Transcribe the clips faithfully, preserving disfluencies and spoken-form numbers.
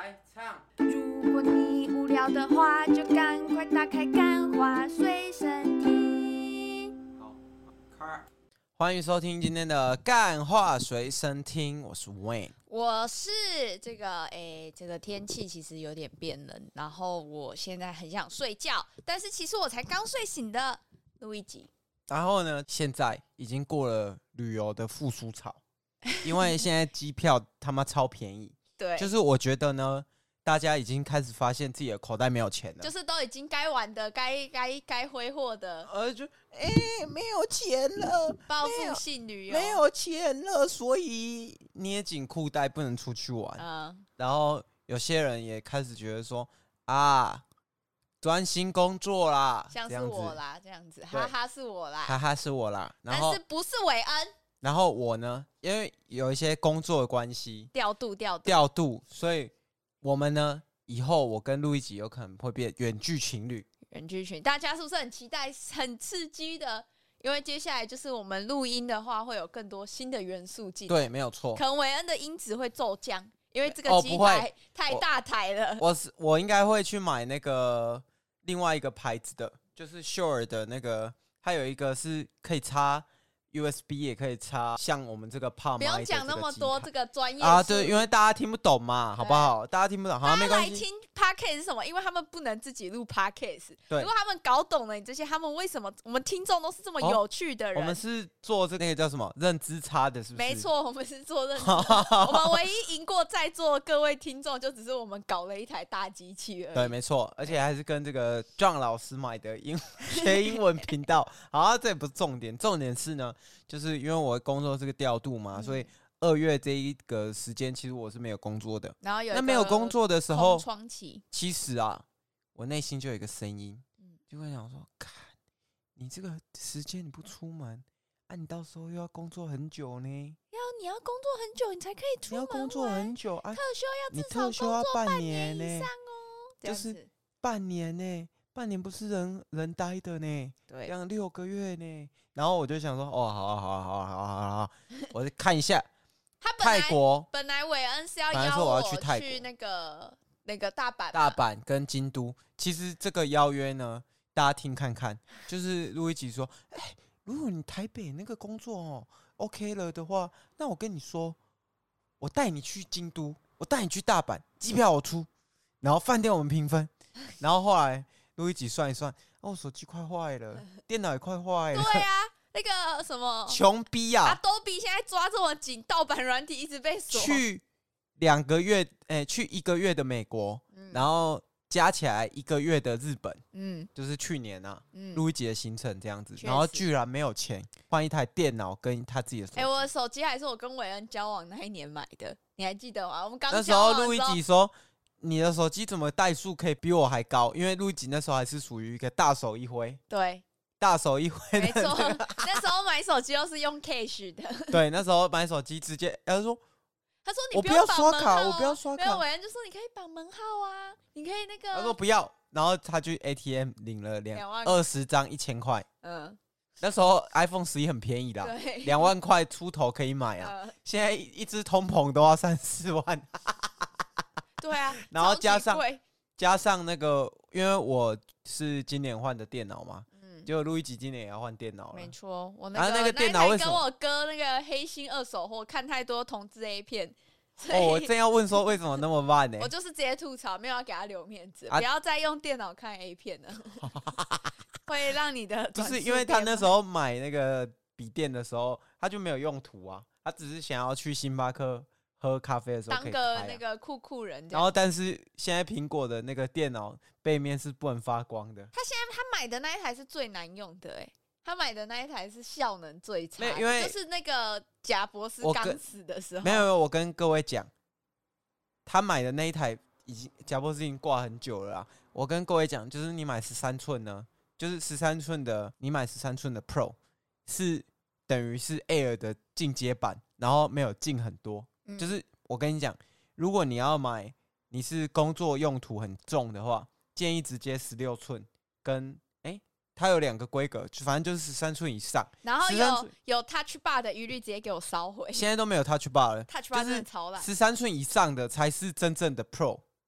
来唱。 如果你无聊的话，就赶快打开干话随身听。 好，开。欢迎收听今天的干话随身听，我是 Wayne， 我是这个诶，这个天气其实有点变冷，然后我现在很想睡觉，但是其实我才刚睡醒的录一集。 然后呢，现在已经过了旅游的复苏潮，因为现在机票他妈超便宜。 对， 就是我觉得呢，大家已经开始发现自己的口袋没有钱了， 就是都已经该玩的、该该该挥霍的， 呃，就哎、欸、没有钱了， 报复性旅游没有钱了，所以捏紧裤带不能出去玩。嗯，然后有些人也开始觉得说啊，专心工作啦， 像是我啦，这样子，哈哈是我啦， 哈哈是我啦，然后但是不是韦恩。 然后我呢，因为有一些工作的关系， 调度调度调度，所以我们呢，以后我跟路易吉有可能会变远距情侣。 远距情侣，大家是不是很期待、很刺激的？因为接下来就是我们录音的话，会有更多新的元素进来。 对，没有错。 可能韦恩的音质会骤降，因为这个机台、哦、太大台了。 我是我应该会去买那个另外一个牌子的，就是 Shure 的那个，它有一个是可以插。U S B 也可以插，像我们这个泡不用讲那么多这个专业啊，对，因为大家听不懂嘛，好不好？大家听不懂，好，没关系。 大家来听 Podcast 是什么？因为他们不能自己录 Podcast， 对。 如果他们搞懂了你这些，他们为什么我们听众都是这么有趣的人？ 哦、我们是做这个叫什么认知差的，是不是？ 没错，我们是做认知差。我们唯一赢过在座各位听众，就只是我们搞了一台大机器而已。 对，没错，而且还是跟这个 John 老师买的英学英文频道。好，这也不是重点，重点是呢，就是因为。我的工作是个调度嘛，嗯、所以二月这一个时间其实我是没有工作的。 然后有那没有工作的时候， 空窗期其实啊，我内心就有一个声音，嗯、就会想说：看你这个时间你不出门，啊，你到时候又要工作很久呢。 要你要工作很久，你才可以出门玩。 你要工作很久啊， 特休要至少你特休要半年呢、 以上哦， 就是半年呢、欸。半年不是人人待的呢， 对， 这样六个月呢。然后我就想说，哦，好啊，好啊，好啊，好啊，好啊，好啊，我就看一下。 他泰国本来韦恩是要邀我我去泰国去那个那个大阪， 大阪跟京都。其实这个邀约呢，大家听看看，就是路易吉说，哎、欸，如果你台北那个工作哦 OK 了的话，那我跟你说，我带你去京都，我带你去大阪，机票我出，然后饭店我们平分。然后后来。路易吉算一算，哦，手机快坏了，电脑也快坏了。 对啊，那个什么， 穷逼啊 ！Adobe 现在抓这么紧，盗版软体一直被锁。 去两个月，哎、欸，去一个月的美国，嗯、然后加起来一个月的日本，嗯，就是去年啊，嗯、路易吉的行程这样子，然后居然没有钱换一台电脑跟他自己的手机。 哎、欸，我的手机还是我跟韦恩交往那一年买的，你还记得吗？我们刚那时候路易吉说。你的手机怎么代数可以比我还高？因为路易吉那时候还是属于一个大手一挥， 对， 大手一挥、那個， 没错。那时候买手机都是用 cash 的， 对，那时候买手机直接，他说， 他说你我不要刷卡，我不要刷卡。 没有，伟恩就说你可以绑门号啊，你可以那个。 他说不要，然后他去 A T M 领了两二十张一千块，嗯，那时候 iPhone 十一很便宜的，两万块出头可以买啊，呃、现在一支通膨都要三四万。 对啊， 然后加上加上那个，因为我是今年换的电脑嘛，嗯，结果路易吉今年也要换电脑了， 没错，我那个、 啊、那个电脑为什么跟我哥那个黑心二手货看太多同志 A 片， 哦，我正要问说为什么那么慢呢、欸？ 我就是直接吐槽，没有要给他留面子，啊、不要再用电脑看 A 片了，会让你的不是因为他那时候买那个笔电的时候，他就没有用途啊，他只是想要去星巴克。喝咖啡的时候可以、啊、 当个那个酷酷人， 然后但是现在苹果的那个电脑背面是不能发光的。 他现在他买的那一台是最难用的、欸，他买的那一台是效能最差的， 因为就是那个贾博士刚死的时候。 没有没有，我跟各位讲，他买的那一台已经贾博士已经挂很久了啦。我跟各位讲，就是你买十三寸呢，就是十三寸的，你买十三寸的 Pro 是等于是 Air 的进阶版，然后没有进很多。嗯、就是我跟你讲，如果你要买，你是工作用途很重的话，建议直接十六寸跟哎、欸，它有两个规格，反正就是十三寸以上。 然后有有 Touch Bar 的一律直接给我烧回。 现在都没有 Touch Bar 了 ，Touch Bar 真的超烂。 十三寸以上的才是真正的 Pro，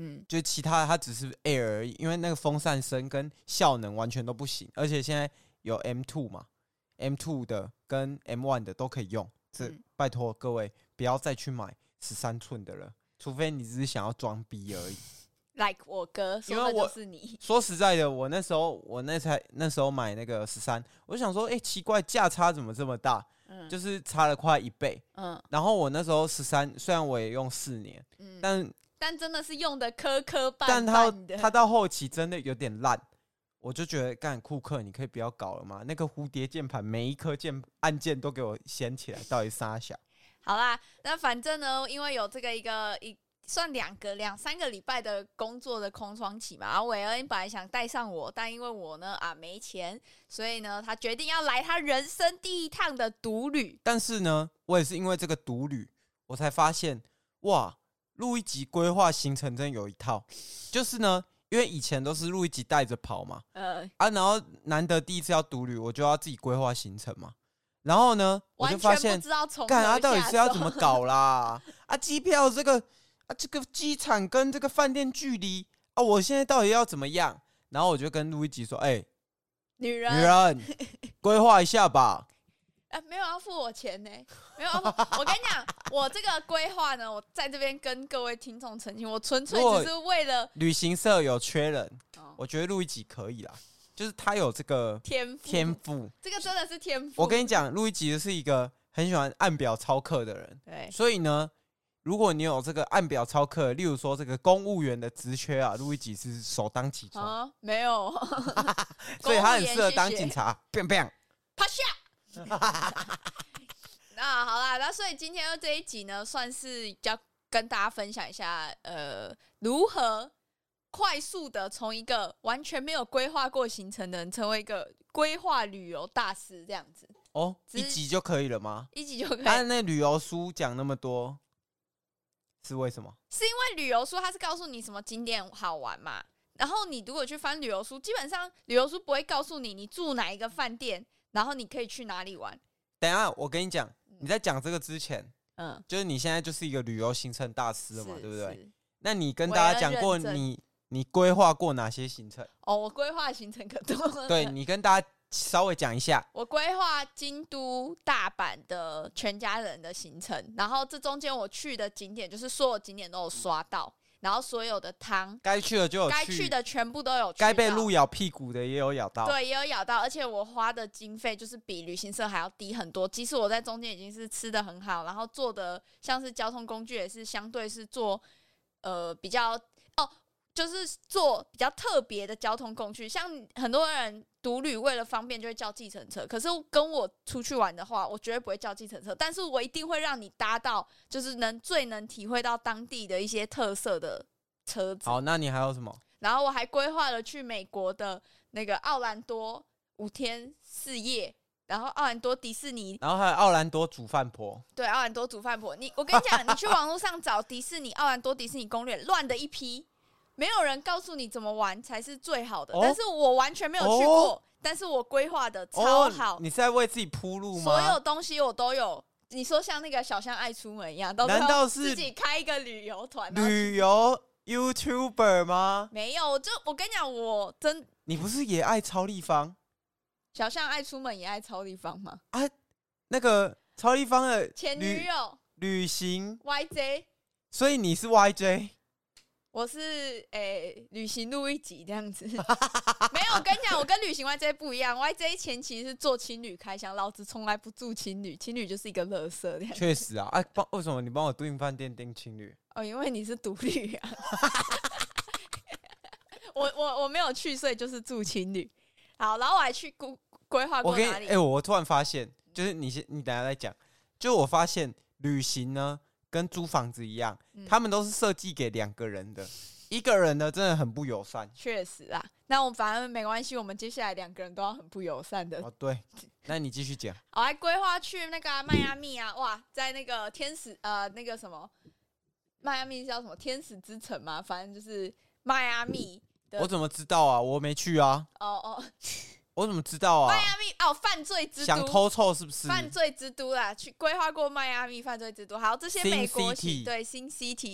嗯， 就其他的它只是 Air 而已，因为那个风扇声跟效能完全都不行，而且现在有 M 二 嘛 ，M 二 的跟 M 一 的都可以用，这、嗯、拜托各位不要再去买十三寸的了，除非你只是想要装逼而已。 like 我哥，说的就是你。 说实在的，我那时候我那才那时候买那个十三，我就想说，哎、欸，奇怪，价差怎么这么大？嗯、就是差了快一倍。嗯，然后我那时候十三，虽然我也用四年，嗯、但但真的是用的磕磕绊绊的。 但它它到后期真的有点烂，我就觉得干库克，你可以不要搞了吗？那个蝴蝶键盘每一颗键按键都给我掀起来，到底啥小？ 好啦，那反正呢，因为有这个一个一。算两个两三个礼拜的工作的空窗期嘛，然后韦恩本来想带上我，但因为我呢啊没钱，所以呢他决定要来他人生第一趟的独旅。 但是呢，我也是因为这个独旅，我才发现哇，录一集规划行程真有一套。就是呢，因为以前都是录一集带着跑嘛，呃啊，然后难得第一次要独旅，我就要自己规划行程嘛。然后呢，我就发现，干啊，到底是要怎么搞啦？啊，机票这个。啊、这个机场跟这个饭店距离啊，我现在到底要怎么样？然后我就跟路易吉说：“哎、欸， 女人， 女人，规划一下吧。 啊”没有要付我钱呢、欸，没有要付。我跟你讲，我这个规划呢，我在这边跟各位听众澄清，我纯粹只是为了旅行社有缺人，哦、我觉得路易吉可以啦，就是他有这个天赋， 天赋， 这个真的是天赋。 我跟你讲，路易吉是一个很喜欢按表操课的人， 对， 所以呢。如果你有这个按表操课，例如说这个公务员的职缺啊，路易吉是首当其冲啊，没有， 所以他很适合当警察。biang biang， 趴下。那好啦，那所以今天这一集呢，算是要跟大家分享一下，呃，如何快速的从一个完全没有规划过行程的人，成为一个规划旅游大师这样子。 哦，一集就可以了吗？ 一集就可以。 但那旅游书讲那么多。是为什么？ 是因为旅游书它是告诉你什么景点好玩嘛，然后你如果去翻旅游书，基本上旅游书不会告诉你你住哪一个饭店，然后你可以去哪里玩。 等一下，我跟你讲，你在讲这个之前，嗯，就是你现在就是一个旅游行程大师了嘛，对不对？那你跟大家讲过你你规划过哪些行程？ 哦，我规划行程可多了。 对，你跟大家稍微讲一下。 我规划京都、大阪的全家人的行程，然后这中间我去的景点就是所有景点都有刷到，然后所有的汤该去的就有去， 该去的全部都有去到， 该被鹿咬屁股的也有咬到， 对，也有咬到，而且我花的经费就是比旅行社还要低很多。即使我在中间已经是吃的很好，然后坐的像是交通工具也是相对是坐呃比较哦。就是坐比较特别的交通工具，像很多人独旅为了方便就会叫计程车，可是跟我出去玩的话，我绝对不会叫计程车，但是我一定会让你搭到就是能最能体会到当地的一些特色的车子。 好，那你还有什么？ 然后我还规划了去美国的那个奥兰多五天四夜，然后奥兰多迪士尼， 然后还有奥兰多煮饭婆。 对，奥兰多煮饭婆，你我跟你讲，你去网络上找迪士尼奥兰多迪士尼攻略，乱的一批。没有人告诉你怎么玩才是最好的，哦、但是我完全没有去过，哦、但是我规划的超好、哦。 你是在为自己铺路吗？ 所有东西我都有。你说像那个小象爱出门一样， 难道是自己开一个旅游团？ 旅游 YouTuber 吗？ 没有，就我跟你讲，我真你不是也爱超立方？ 小象爱出门也爱超立方吗？ 啊，那个超立方的前女友旅行 Y J， 所以你是 Y J。 我是诶、欸，旅行录一集这样子，没有。我跟你讲，我跟旅行 Y J 不一样 ，Y J 前期是做情侣开箱，老子从来不住情侣，情侣就是一个垃圾这样。 确实啊，哎、啊，为什么你帮我订饭店订情侣？ 哦，因为你是独旅啊。我我我没有去，所以就是住情侣。好，然后我还去规规划过哪里？ 哎、欸，我突然发现，就是你先，你等一下再讲。就我发现旅行呢。跟租房子一样，嗯、他们都是设计给两个人的，一个人呢真的很不友善。 确实啊，那我们反正没关系，我们接下来两个人都要很不友善的。 哦，对，那你继续讲。 我还规划去那个、啊、迈阿密啊，哇，在那个天使呃那个什么，迈阿密叫什么天使之城嘛，反正就是迈阿密的。 我怎么知道啊？我没去啊。 哦哦。 我怎么知道啊？ 迈阿密哦，犯罪之都， 想偷臭是不是？ 犯罪之都啦，去规划过迈阿密犯罪之都。好，这些美国型对新 City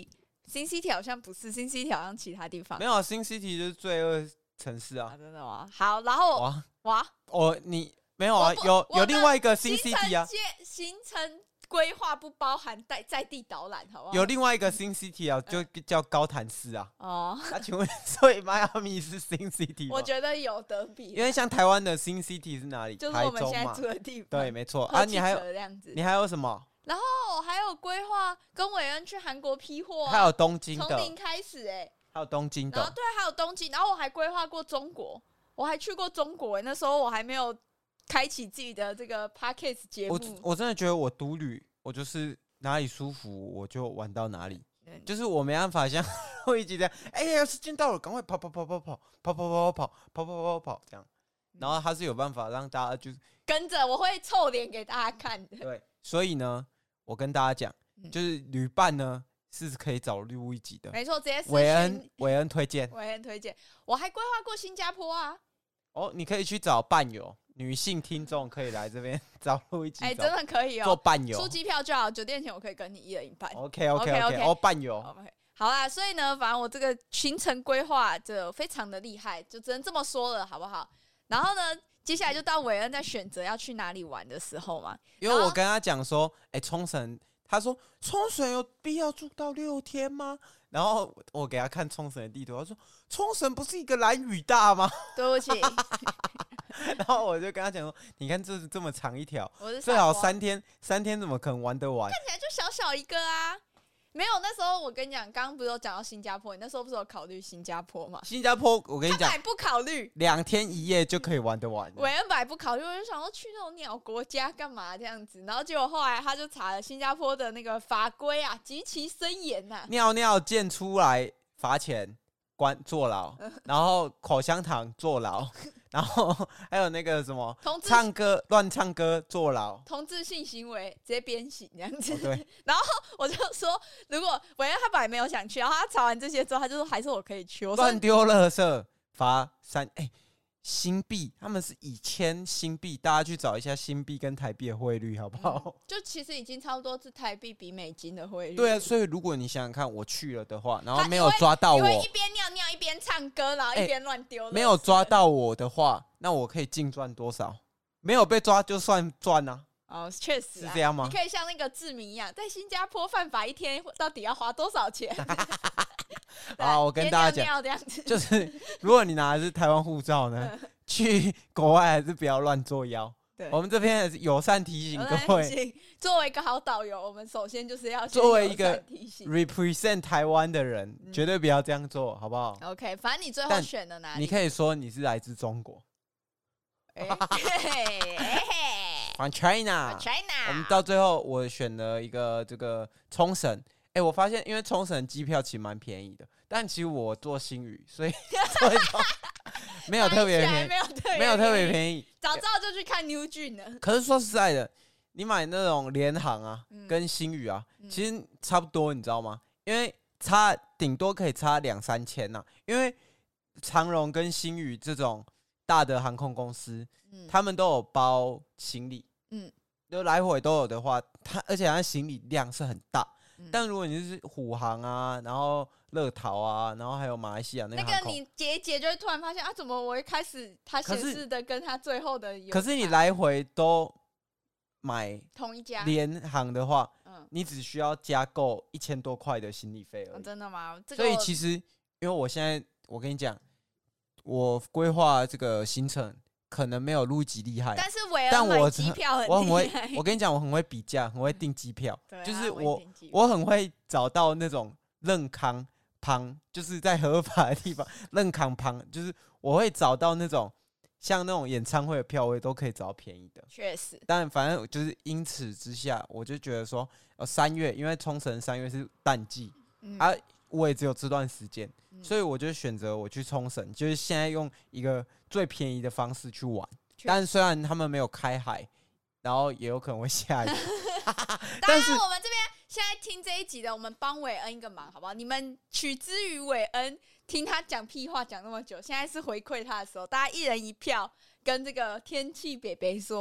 Sin City 好像不是 ，Sin City 好像其他地方没有啊，Sin City 就是罪恶城市啊。 啊，真的吗？好，然后哇哇， 哦，你没有啊？ 我不有我的有另外一个 Sin 行 City 啊程，介行程规划不包含在在地导览，好不好？ 有另外一个 Sin City 啊，就叫高谭市啊。 哦， 那请问，所以迈阿密是 Sin City 吗？ 我觉得有得比， 因为像台湾的 Sin City 是哪里？ 就是我们现在台中嘛住。的地方。 对，没错啊。你还有这样子， 你还有什么？ 然后还有规划跟韦恩去韩国批货、啊， 还有东京的， 从零开始哎、欸， 还有东京的。 然后对，还有东京，然后我还规划过中国，我还去过中国、欸，那时候我还没有开启自己的这个 podcast 节我目。 我真的觉得我独旅，我就是哪里舒服我就玩到哪里， 嗯就是我没办法像录一集这样，哎呀，时间到了，赶快跑跑跑跑跑跑跑跑跑跑跑跑跑跑这样。然后他是有办法让大家就是跟着，我会臭脸给大家看的。 对，所以呢，我跟大家讲， 嗯就是旅伴呢是可以找录一集的。 没错，直接私韦恩讯韦恩推荐韦恩推荐。我还规划过新加坡啊， 哦，你可以去找伴游，女性听众可以来这边找录一集， 哎、真的可以做哦， 伴游出。机票就好，酒店钱我可以跟你一人一半。 OK OK OK，OK OK，哦，伴游。 OK， 好啦，所以呢，反正我这个行程规划就非常的厉害，就只能这么说了，好不好？然后呢，接下来就到韦恩在选择要去哪里玩的时候嘛， 因为我跟他讲说，哎、冲绳，他说冲绳有必要住到六天吗？然后我给他看冲绳的地图，他说冲绳不是一个兰屿大吗？ 对不起， 然后我就跟他讲说，你看这这么长一条， 我是最好傻瓜三天，三天怎么可能玩得完？ 看起来就小小一个啊。没有，那时候我跟你讲，刚刚不是有讲到新加坡，你那时候不是有考虑新加坡吗？ 新加坡，我跟你讲他本来，不考虑， 两天一夜就可以玩得完的。 韦恩本来不考虑，我就想说去那种鸟国家干嘛这样子，然后结果后来他就查了新加坡的那个法规啊，极其森严呐、 尿尿溅出来罚钱，关坐牢，然后口香糖坐牢，然后还有那个什么同志唱歌乱唱歌坐牢。 同志性行为直接鞭刑这样子。 哦对， 我就说，如果韦恩他本来没有想去，然后他查完这些之后，他就说还是我可以去。我说乱丢垃圾罚三哎、新币他们是以千新币，大家去找一下新币跟台币的汇率好不好？ 嗯就其实已经差不多是台币比美金的汇率。 对啊，所以如果你想想看，我去了的话，然后他没有抓到因为我一，边尿尿一边唱歌，然后一边乱丢、 没有抓。到我的话，那我可以净赚多少？没有被抓就算赚啊， 哦，确实、啊、 是这样吗你可以像那个志明一样，在新加坡犯法一天到底要花多少钱？ 好我跟大家讲讲，这样子就是如果你拿的是台湾护照呢，去国外还是不要乱作妖。 对我们这边也是友善提醒各位作为一个好导游，我们首先就是要先作为一个友善提醒。 represent 台湾的人， 嗯绝对不要这样做，好不好？ OK， 反正你最后但选了哪里？ 你可以说你是来自中国哎嘿嘿 ，from China。 China， 我们到最后，我选了一个这个冲绳。哎、我发现因为冲绳机票其实蛮便宜的，但其实我做新宇，所以所以说没有特别便宜， 没有特别没有特别宜， 便宜。 早知道就去看 New June 了。 可是说实在的，你买那种联航啊， 嗯跟新宇啊， 嗯其实差不多，你知道吗？因为差顶多可以差两三千呐、因为长荣跟新宇这种大的航空公司， 嗯他们都有包行李， 嗯就来回都有的话，它而且它行李量是很大。 嗯但如果你是虎航啊，然后乐桃啊，然后还有马来西亚那那个航空， 个你结一结就会突然发现啊，怎么我一开始它显可是示的跟它最后的有可是你差来回都买同一家？ 联航的话， 嗯， 你只需要加购一千多块的行李费而哦已。 真的吗？这个所以我其实，因为我现在我跟你讲，我规划这个行程可能没有路吉厉害， 但是韦但我恩买机票很我很会厉害， 我跟你讲，我很会比价，很会订机票， 对啊就是我也我订机票我很会找到那种认康旁，就是在合法的地方认康旁，就是我会找到那种像那种演唱会的票位都可以找到便宜的。 确实， 但反正就是因此之下，我就觉得说，呃，三月因为冲绳三月是淡季、 嗯啊，我也只有这段时间， 嗯所以我就选择我去冲绳，就是现在用一个最便宜的方式去玩。 确但虽然他们没有开海，然后也有可能会下雨， 当但是然我们这边现在听这一集的，我们帮韦恩一个忙，好不好？你们取之于韦恩，听他讲屁话讲那么久，现在是回馈他的时候，大家一人一票，跟这个天气北北说，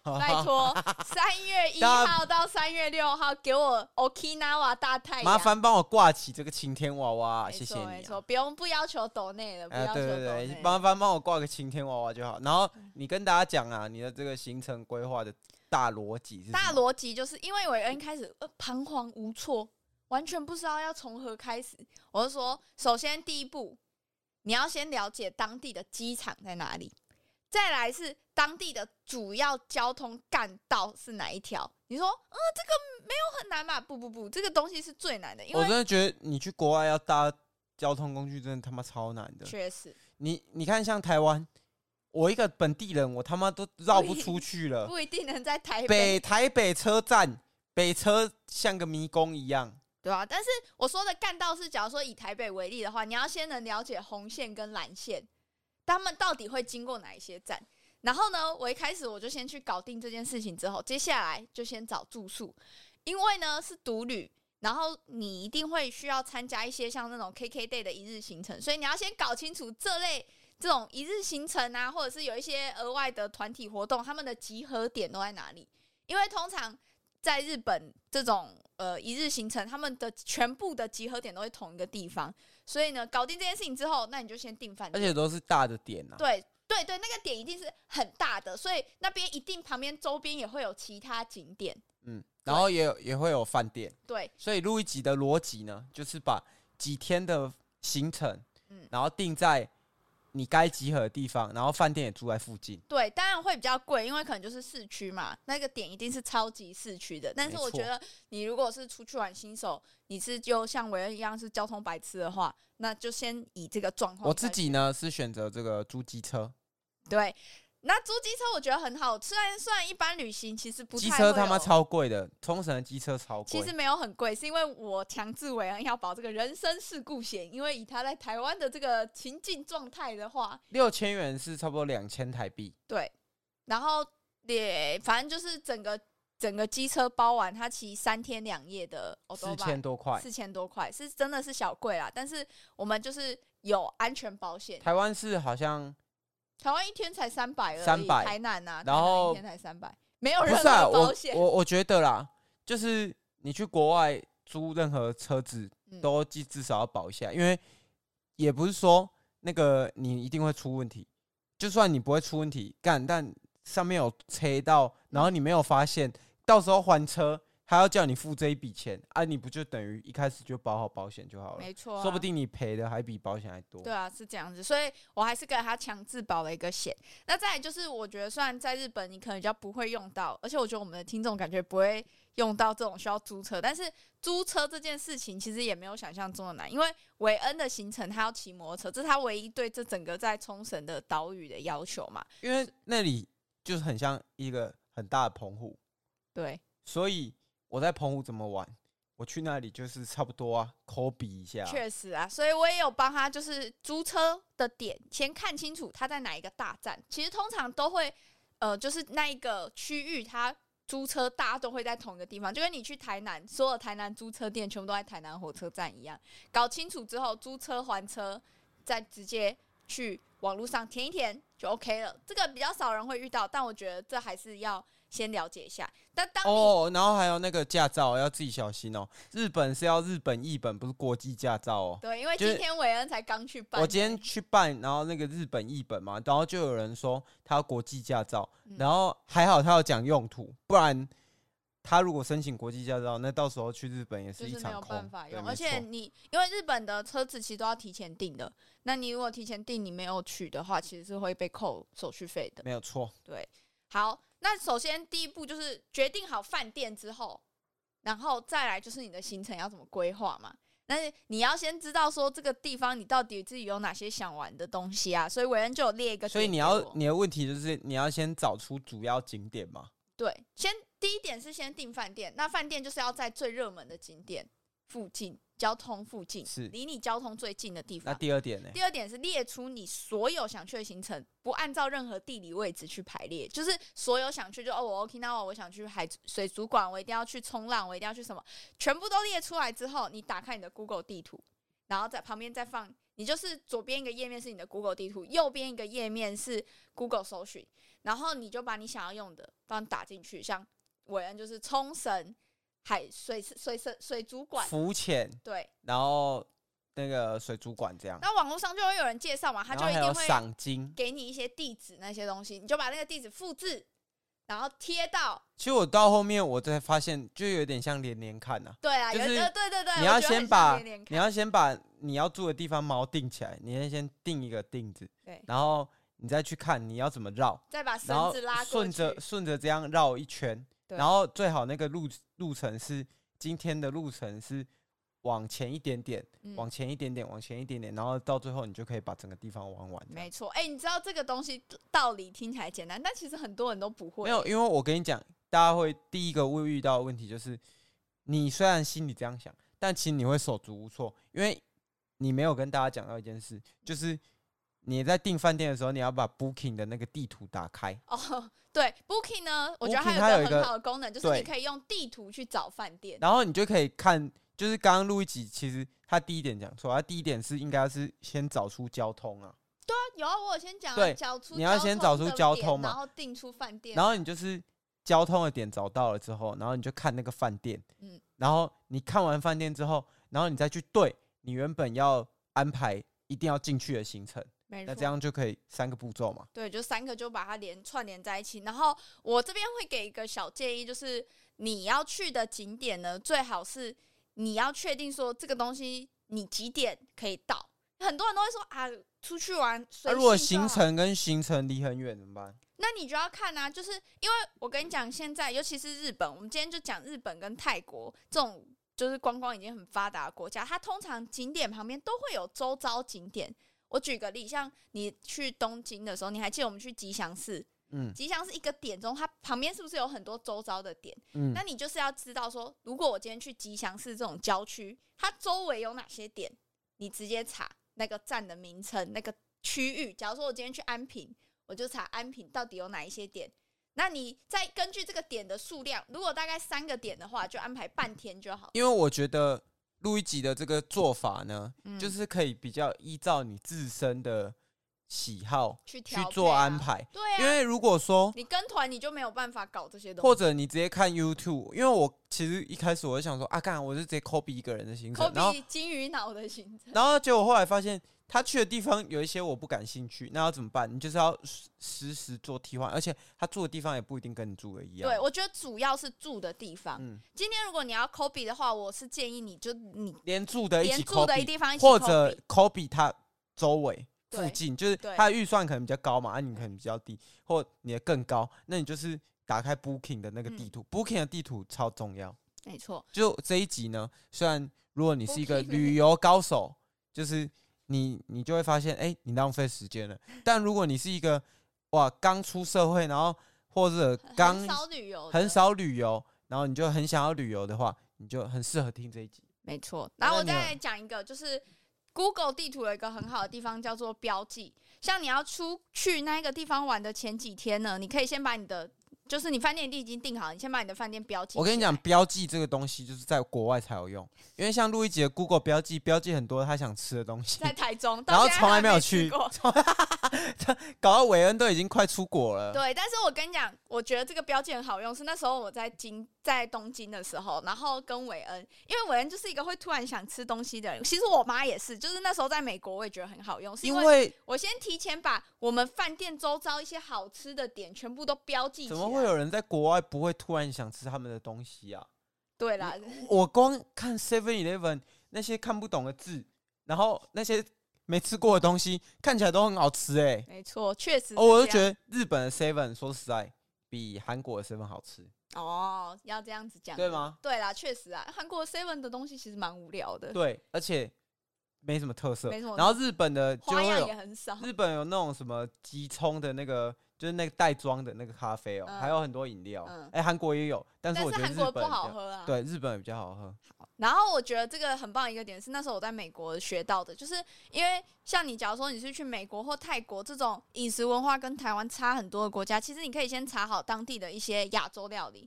拜托，三月一号到三月六号给我 Okinawa 大太阳， 麻烦帮我挂起这个晴天娃娃，谢谢你、啊。 没错，不用不要求抖内了，不要求抖内、 呃、对对对，麻烦帮我挂个晴天娃娃就好。然后你跟大家讲啊，你的这个行程规划的大逻辑是？ 大逻辑就是因为韦恩开始彷徨无措，完全不知道要从何开始。我就说，首先第一步，你要先了解当地的机场在哪里。再来是当地的主要交通干道是哪一条？你说，呃，这个没有很难吧？不不不，这个东西是最难的。因为我真的觉得你去国外要搭交通工具，真的他妈超难的。 确实， 你你看，像台湾，我一个本地人，我他妈都绕不出去了。 不一定能在台北。 北台北车站，北车像个迷宫一样。 对啊，但是我说的干道是，假如说以台北为例的话，你要先能了解红线跟蓝线。他们到底会经过哪一些站？然后呢，我一开始我就先去搞定这件事情之后，接下来就先找住宿，因为呢是独旅，然后你一定会需要参加一些像那种 K K day 的一日行程，所以你要先搞清楚这类这种一日行程啊，或者是有一些额外的团体活动，他们的集合点都在哪里？因为通常在日本这种呃一日行程，他们的全部的集合点都会同一个地方。所以呢，搞定这件事情之后，那你就先订饭店， 而且都是大的点啊。 对对对，那个点一定是很大的，所以那边一定旁边周边也会有其他景点。 嗯，然后也有也会有饭店。 对， 所以录一集的逻辑呢，就是把几天的行程， 嗯， 然后定在你该集合的地方，然后饭店也住在附近。 对，当然会比较贵，因为可能就是市区嘛，那个点一定是超级市区的。但是我觉得，你如果是出去玩新手，你是就像韦恩一样是交通白痴的话，那就先以这个状况。 我自己呢是选择这个租机车。 对，那租机车我觉得很好，虽然虽然一般旅行其实不太机车他妈超贵的，冲绳的机车超贵。 其实没有很贵，是因为我强制韦恩要保这个人身事故险，因为以他在台湾的这个情境状态的话， 六千元是差不多两千台币。 对，然后也反正就是整个整个机车包完，它骑三天两夜的， 四千多块， 四千多块是真的是小贵啦。但是我们就是有安全保险。 台湾是好像台湾一天才三百而已， 三百台南啊， 然后一天才三百，没有任何保险。 啊、我我我觉得啦，就是你去国外租任何车子都至少要保一下，因为也不是说那个你一定会出问题，就算你不会出问题，干但上面有切到，然后你没有发现，到时候还车还要叫你付这一笔钱啊，你不就等于一开始就保好保险就好了？ 没错、啊， 说不定你赔的还比保险还多。 对啊，是这样子，所以我还是给他强制保了一个险。那再来就是，我觉得虽然在日本你可能比较不会用到，而且我觉得我们的听众感觉不会用到这种需要租车，但是租车这件事情其实也没有想象中的难，因为韦恩的行程他要骑摩托车，这是他唯一对这整个在冲绳的岛屿的要求嘛。 因为那里就是很像一个很大的澎湖， 对， 所以我在澎湖怎么玩，我去那里就是差不多啊，抠比一下、啊。 确实啊，所以我也有帮他，就是租车的点先看清楚他在哪一个大站。其实通常都会，呃，就是那一个区域，他租车大家都会在同一个地方，就跟你去台南，所有台南租车店全部都在台南火车站一样。搞清楚之后，租车还车，再直接去网络上填一填就 OK 了。这个比较少人会遇到，但我觉得这还是要先了解一下。但当你哦，然后还有那个驾照要自己小心哦。日本是要日本译本，不是国际驾照哦。 对，因为今天韦恩才刚去办， 我今天去办，然后那个日本译本嘛，然后就有人说他要国际驾照， 嗯、 然后还好他有讲用途，不然他如果申请国际驾照，那到时候去日本也是一场空， 就是没有办法用。而且你因为日本的车子其实都要提前订的，那你如果提前订你没有取的话，其实是会被扣手续费的。 没有错。 对，好，那首先第一步就是决定好饭店之后，然后再来就是你的行程要怎么规划嘛。但是你要先知道说这个地方你到底自己有哪些想玩的东西啊，所以韦恩就有列一个。 所以你要你的问题就是你要先找出主要景点嘛。 对，先第一点是先订饭店，那饭店就是要在最热门的景点附近，交通附近， 是离你交通最近的地方。 那第二点呢？ 第二点是列出你所有想去的行程，不按照任何地理位置去排列，就是所有想去就哦，我 Okinawa 我想去海水族馆，我一定要去冲浪，我一定要去什么，全部都列出来之后，你打开你的 Google 地图，然后在旁边再放你就是左边一个页面是你的 Google 地图，右边一个页面是 Google 搜寻，然后你就把你想要用的帮打进去，像伟恩就是冲绳海水水水水族馆浮潜， 对， 然后那个水族馆这样。 那网络上就会有人介绍嘛，他就一定会赏金， 给你一些地址那些东西，你就把那个地址复制，然后贴到。 其实我到后面我才发现，就有点像连连看啊。 对啊， 就是呃，对对对， 你要先把连连你要先把你要住的地方锚定起来，你要先定一个定子， 对， 然后你再去看你要怎么绕， 再把绳子拉过去， 顺着顺着这样绕一圈，然后最好那个路路程是今天的路程是往前一点点、嗯，往前一点点，往前一点点，然后到最后你就可以把整个地方玩完。 没错，哎、欸，你知道这个东西道理听起来简单，但其实很多人都不会。 没有，因为我跟你讲，大家会第一个会遇到的问题就是，你虽然心里这样想，但其实你会手足无措，因为你没有跟大家讲到一件事，就是你在订饭店的时候，你要把 Booking 的那个地图打开。 哦，对 ，Booking 呢，我觉得它有一个很好的功能，就是你可以用地图去找饭店， 然后你就可以看。就是刚刚录一集，其实他第一点讲错，他第一点是应该是先找出交通啊。 对啊，有啊，我有先讲、啊， 对， 找出你要先找出交通嘛， 然后订出饭店， 然后你就是交通的点找到了之后，然后你就看那个饭店，嗯，然后你看完饭店之后，然后你再去对你原本要安排一定要进去的行程，那这样就可以三个步骤嘛。 对，就三个就把它连串联在一起。然后我这边会给一个小建议，就是你要去的景点呢，最好是。你要确定说这个东西你几点可以到？很多人都会说啊，出去玩随性就好。那、啊、 如果行程跟行程离很远怎么办？ 那你就要看啊，就是因为我跟你讲，现在尤其是日本，我们今天就讲日本跟泰国这种就是观光已经很发达的国家，它通常景点旁边都会有周遭景点。我举个例，像你去东京的时候，你还记得我们去吉祥寺？嗯，吉祥是一个点中，它旁边是不是有很多周遭的点？嗯，那你就是要知道说，如果我今天去吉祥寺这种郊区，它周围有哪些点？你直接查那个站的名称、那个区域。假如说我今天去安平，我就查安平到底有哪一些点。那你再根据这个点的数量，如果大概三个点的话，就安排半天就好。 因为我觉得录一集的这个做法呢，嗯、就是可以比较依照你自身的。喜好去做安排， 对啊， 因为如果说你跟团，你就没有办法搞这些东西， 或者你直接看 YouTube， 因为我其实一开始我就想说啊，干，我就直接 copy 一个人的行程，然后金鱼脑的行程， 然后结果后来发现他去的地方有一些我不感兴趣，那要怎么办？你就是要实时做替换，而且他住的地方也不一定跟你住的一样。 对，我觉得主要是住的地方。嗯，今天如果你要 copy 的话，我是建议你就你连住的一起 copy， 连住的地方一起 copy， 或者 copy 他周围。附近就是他的预算可能比较高嘛，啊，你可能比较低，或你的更高，那你就是打开 Booking 的那个地图，嗯、，Booking 的地图超重要。 没错， 就这一集呢，虽然如果你是一个旅游高手，就是你你就会发现，哎、欸，你浪费时间了。但如果你是一个哇刚出社会，然后或者刚很少旅游， 很少旅游，然后你就很想要旅游的话，你就很适合听这一集。 没错，然后我再讲一个，就是。Google 地图有一个很好的地方叫做标记，像你要出去那个地方玩的前几天呢，你可以先把你的，就是你饭店已经订好，你先把你的饭店标记。 我跟你讲，标记这个东西就是在国外才有用，因为像录一集的 Google 标记，标记很多他想吃的东西， 在台中， 然后从来没有去过，搞到韦恩都已经快出国了。 对，但是我跟你讲，我觉得这个标记很好用，是那时候我在京在东京的时候，然后跟韦恩，因为韦恩就是一个会突然想吃东西的人，其实我妈也是，就是那时候在美国我也觉得很好用，是因为我先提前把我们饭店周遭一些好吃的点全部都标记起来。 怎么会有人在国外不会突然想吃他们的东西啊？ 对啦， 我光看 seven eleven 那些看不懂的字，然后那些没吃过的东西看起来都很好吃哎、欸。 没错，确实、 哦。我就觉得日本的 seven 说实在比韩国的 seven 好吃。 哦，要这样子讲， 对吗？ 对啦，确实啊，韩国 seven 的东西其实蛮无聊的。 对，而且没什么特色。 没什么。 然后日本的就花样也很少。 日本有那种什么即冲的那个，就是那个袋装的那个咖啡哦、喔嗯，还有很多饮料。哎、嗯，韩、欸、国也有，但是我觉得日本不好喝啊。 对，日本也比较好喝。 好，然后我觉得这个很棒的一个点是，那时候我在美国学到的，就是因为像你，假如说你是去美国或泰国这种饮食文化跟台湾差很多的国家，其实你可以先查好当地的一些亚洲料理。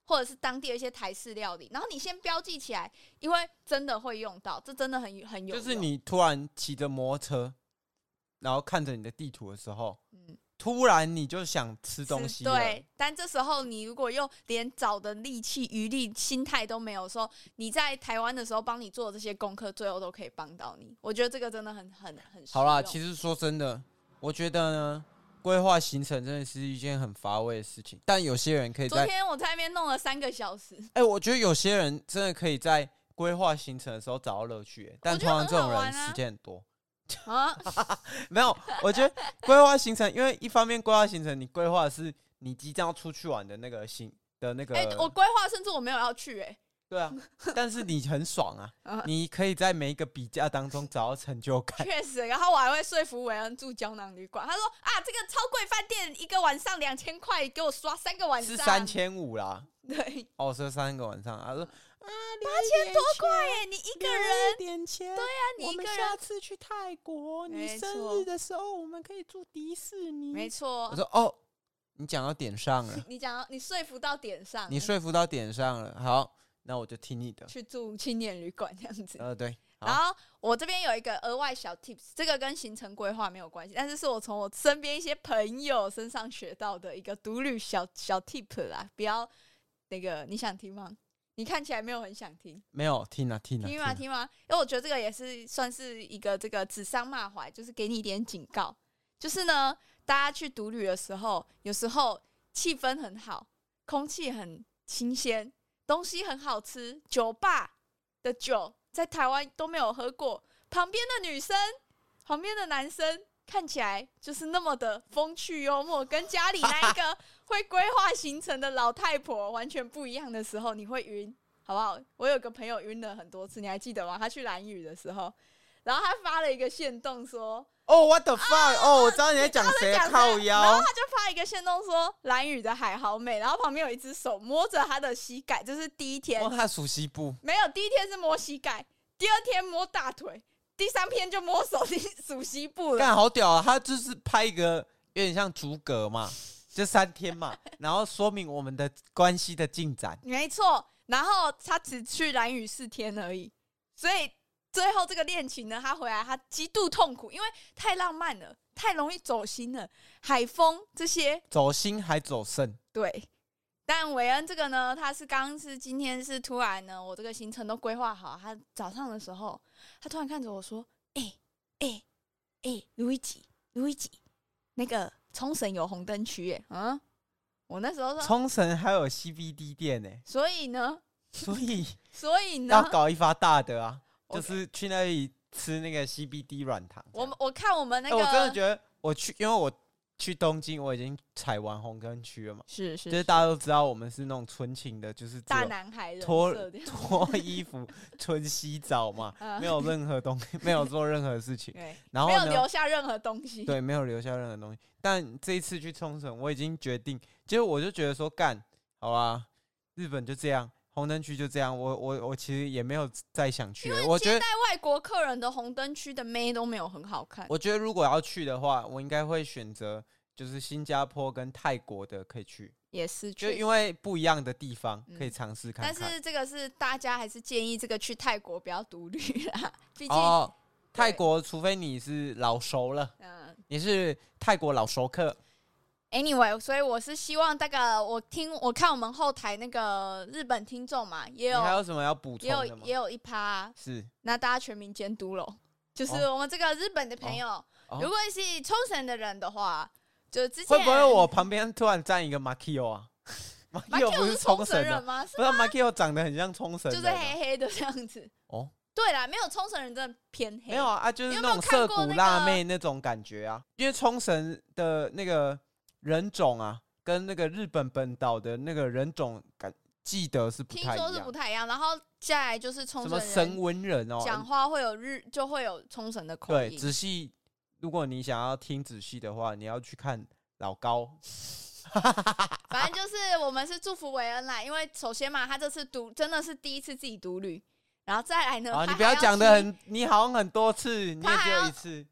或者是当地的一些台式料理，然后你先标记起来，因为真的会用到，这真的很很有用。 就是你突然骑着摩托车，然后看着你的地图的时候，嗯，突然你就想吃东西了， 对。但这时候你如果又连找的力气、余力、心态都没有的时候，你在台湾的时候帮你做的这些功课，最后都可以帮到你。我觉得这个真的很很很实用。 好啦，其实说真的，我觉得呢，规划行程真的是一件很乏味的事情。但有些人可以在， 昨天我在那边弄了三个小时。 哎、欸，我觉得有些人真的可以在规划行程的时候找到乐趣、欸，但通常这种人时间很多。啊，没有，我觉得规划行程，因为一方面规划行程，你规划的是你即将要出去玩的那个行的那个， 哎、欸，我规划甚至我没有要去、欸，哎， 对啊，但是你很爽啊，你可以在每一个比价当中找到成就感。 确实，然后我还会说服韦恩住胶囊旅馆，他说啊，这个超贵饭店一个晚上两千块，给我刷三个晚上， 是三千五啦。 对， 哦，是三个晚上，他说。 啊，八千多块耶！你一个人， 一点钱， 对啊，你一个人。 我们下次去泰国，你生日的时候，我们可以住迪士尼。 没错。 我说哦，你讲到点上了， 你讲，你说服到点上了， 你说服到点上了。好，那我就听你的， 去住青年旅馆这样子。 呃，对。 然后我这边有一个额外小 tips， 这个跟行程规划没有关系，但是是我从我身边一些朋友身上学到的一个独旅小小 tip 啦。不要那个，你想听吗？你看起来没有很想听， 没有听啊听啊听吗听吗？因为我觉得这个也是算是一个这个指桑骂槐，就是给你一点警告。就是呢，大家去独旅的时候，有时候气氛很好，空气很新鲜，东西很好吃，酒吧的酒在台湾都没有喝过，旁边的女生、旁边的男生看起来就是那么的风趣幽默，跟家里那一个会规划行程的老太婆完全不一样的时候，你会晕，好不好？我有个朋友晕了很多次，你还记得吗？他去兰屿的时候，然后他发了一个限动说：“ 哦、oh, ，what the fuck？ 哦、啊，oh, 我知道你在讲谁，靠腰。” 然后他就发一个限动说：“兰屿的海好美。”然后旁边有一只手摸着他的膝盖，这是第一天。 摸他属西部？ 没有，第一天是摸膝盖，第二天摸大腿。第三篇就摸手数西部了， 干好屌啊！他就是拍一个有点像逐格嘛，就三天嘛，然后说明我们的关系的进展。 没错，然后他只去兰屿四天而已，所以最后这个恋情呢，他回来他极度痛苦，因为太浪漫了，太容易走心了，海风这些走心还走肾。 对。但韦恩这个呢，他是刚是今天是突然呢，我这个行程都规划好，他早上的时候，他突然看着我说：“哎哎哎，路易吉，路易吉，那个冲绳有红灯区耶。”嗯，我那时候说冲绳还有 C B D 店呢， 所以呢， 所以所以呢， 要搞一发大的啊， okay. 就是去那里吃那个 C B D 软糖。 我我看我们那个、 欸，我真的觉得我去，因为我。去东京，我已经踩完红灯区了嘛， 是是， 就是大家都知道我们是那种纯情的，就是大男孩人脱脱衣服、纯洗澡嘛，没有任何东西，没有做任何事情，然后没有留下任何东西， 对，没有留下任何东西。但这一次去冲绳，我已经决定，结果我就觉得说，干，好吧，日本就这样。红灯区就这样，我我我其实也没有再想去了。我觉得接待外国客人的红灯区的妹都没有很好看。 我觉得如果要去的话，我应该会选择就是新加坡跟泰国的可以去， 也是， 就因为不一样的地方可以尝试看看、 嗯。但是这个是大家还是建议这个去泰国不要独旅啦，毕竟、 哦、泰国除非你是老熟了，嗯，你是泰国老熟客。 Anyway， 所以我是希望大概我听我看我们后台那个日本听众嘛，也有你还有什么要补充的吗？ 也有也有一趴是， 那大家全民监督咯，就是我们这个日本的朋友，哦哦、如果是冲绳的人的话，就之前会不会我旁边突然站一个 Makio 啊？Makio 不是冲绳人吗？ 不是 Makio 长得很像冲绳人， 就是黑黑的这样子。哦，对啦，没有冲绳人真的偏黑。 没有啊，啊就是那种涩谷辣妹那种感觉啊，因为冲绳的那个。人种啊，跟那个日本本岛的那个人种感记得是不太一样， 听说是不太一样。然后再来就是冲绳人， 什么神文人哦， 讲话会有日就会有冲绳的口音。 对，仔细，如果你想要听仔细的话，你要去看老高。 反正就是我们是祝福韦恩啦，因为首先嘛，他这次独真的是第一次自己独旅，然后再来呢， 啊，你不要讲的很，你好像很多次，你也只有一次。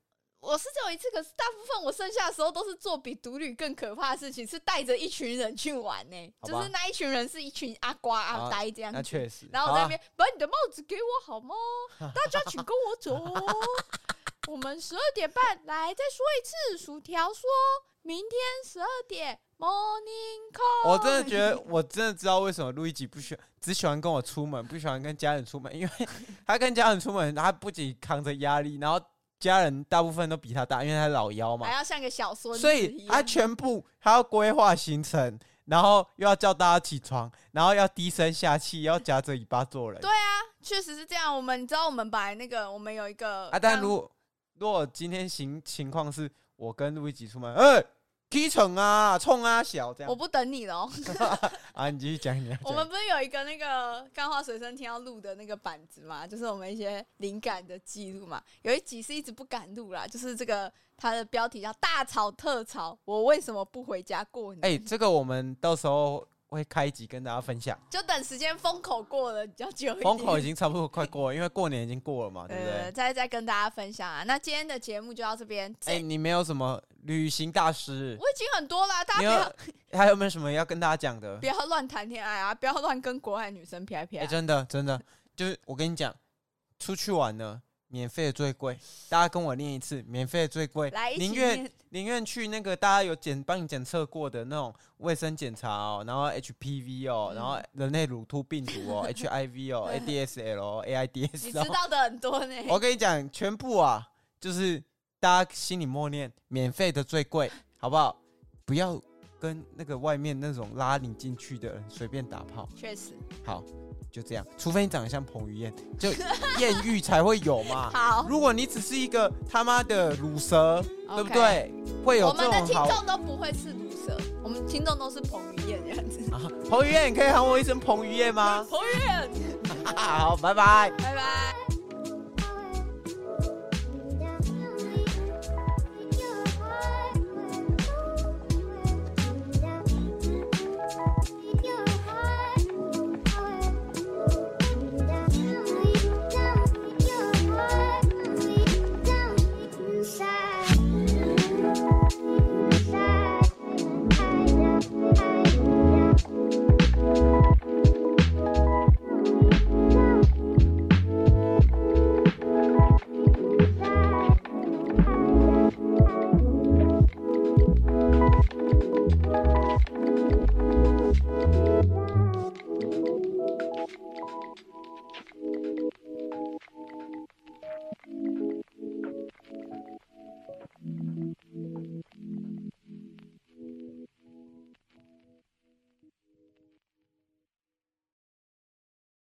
我是只有一次，可是大部分我剩下的时候都是做比独旅更可怕的事情，是带着一群人去玩呢、欸。就是那一群人是一群阿瓜阿呆这样子。 那确实。 然后我在那边、啊、把你的帽子给我好吗？大家请跟我走。我们十二点半来再说一次，薯条说明天十二点 morning call。 我真的觉得，我真的知道为什么录一集不喜欢，只喜欢跟我出门，不喜欢跟家人出门，因为他跟家人出门，他不仅扛着压力，然后家人大部分都比他大，因为他老幺嘛， 还要像个小孙子， 所以他全部他要规划行程，然后又要叫大家起床，然后要低声下气，要夹着尾巴做人。 对啊，确实是这样。我们你知道，我们本来那个我们有一个啊，但如果如果今天情情况是我跟路易吉出门，哎、欸，起床啊，冲啊，小这样， 我不等你了。 啊，你继续讲，你要讲。 我们不是有一个那个干话随身听要录的那个板子嘛，就是我们一些灵感的记录嘛。有一集是一直不敢录啦，就是这个它的标题叫“大吵特吵”，我为什么不回家过年？ 哎、欸，这个我们到时候会开一集跟大家分享， 就等时间风口过了比较久一点。 风口已经差不多快过了，因为过年已经过了嘛，对不对？ 呃，再再跟大家分享啊。那今天的节目就到这边。 哎、欸，你没有什么旅行大师？ 我已经很多啦，大家不要。 还有没有什么要跟大家讲的？ 不要乱谈恋爱啊！不要乱跟国外女生撇撇。 哎，真的真的，就是我跟你讲，出去玩呢，免费的最贵。大家跟我念一次，免费的最贵。 来， 宁愿宁愿去那个大家有检帮你检测过的那种卫生检查哦，然后 H P V 哦，嗯、然后人类乳突病毒哦，H I V 哦，A D S L、A I D S。 你知道的很多呢。 我跟你讲，全部啊，就是大家心里默念，免费的最贵，好不好？不要跟那个外面那种拉你进去的人随便打炮。 确实。 好。就这样，除非你长得像彭于晏，就艳遇才会有嘛。 好， 如果你只是一个他妈的乳蛇， okay, 对不对？会有这种好。 我们的听众都不会是乳蛇，我们听众都是彭于晏这样子。 啊、彭于晏，你可以喊我一声彭于晏吗？ 彭于晏。 好，拜拜， 拜拜。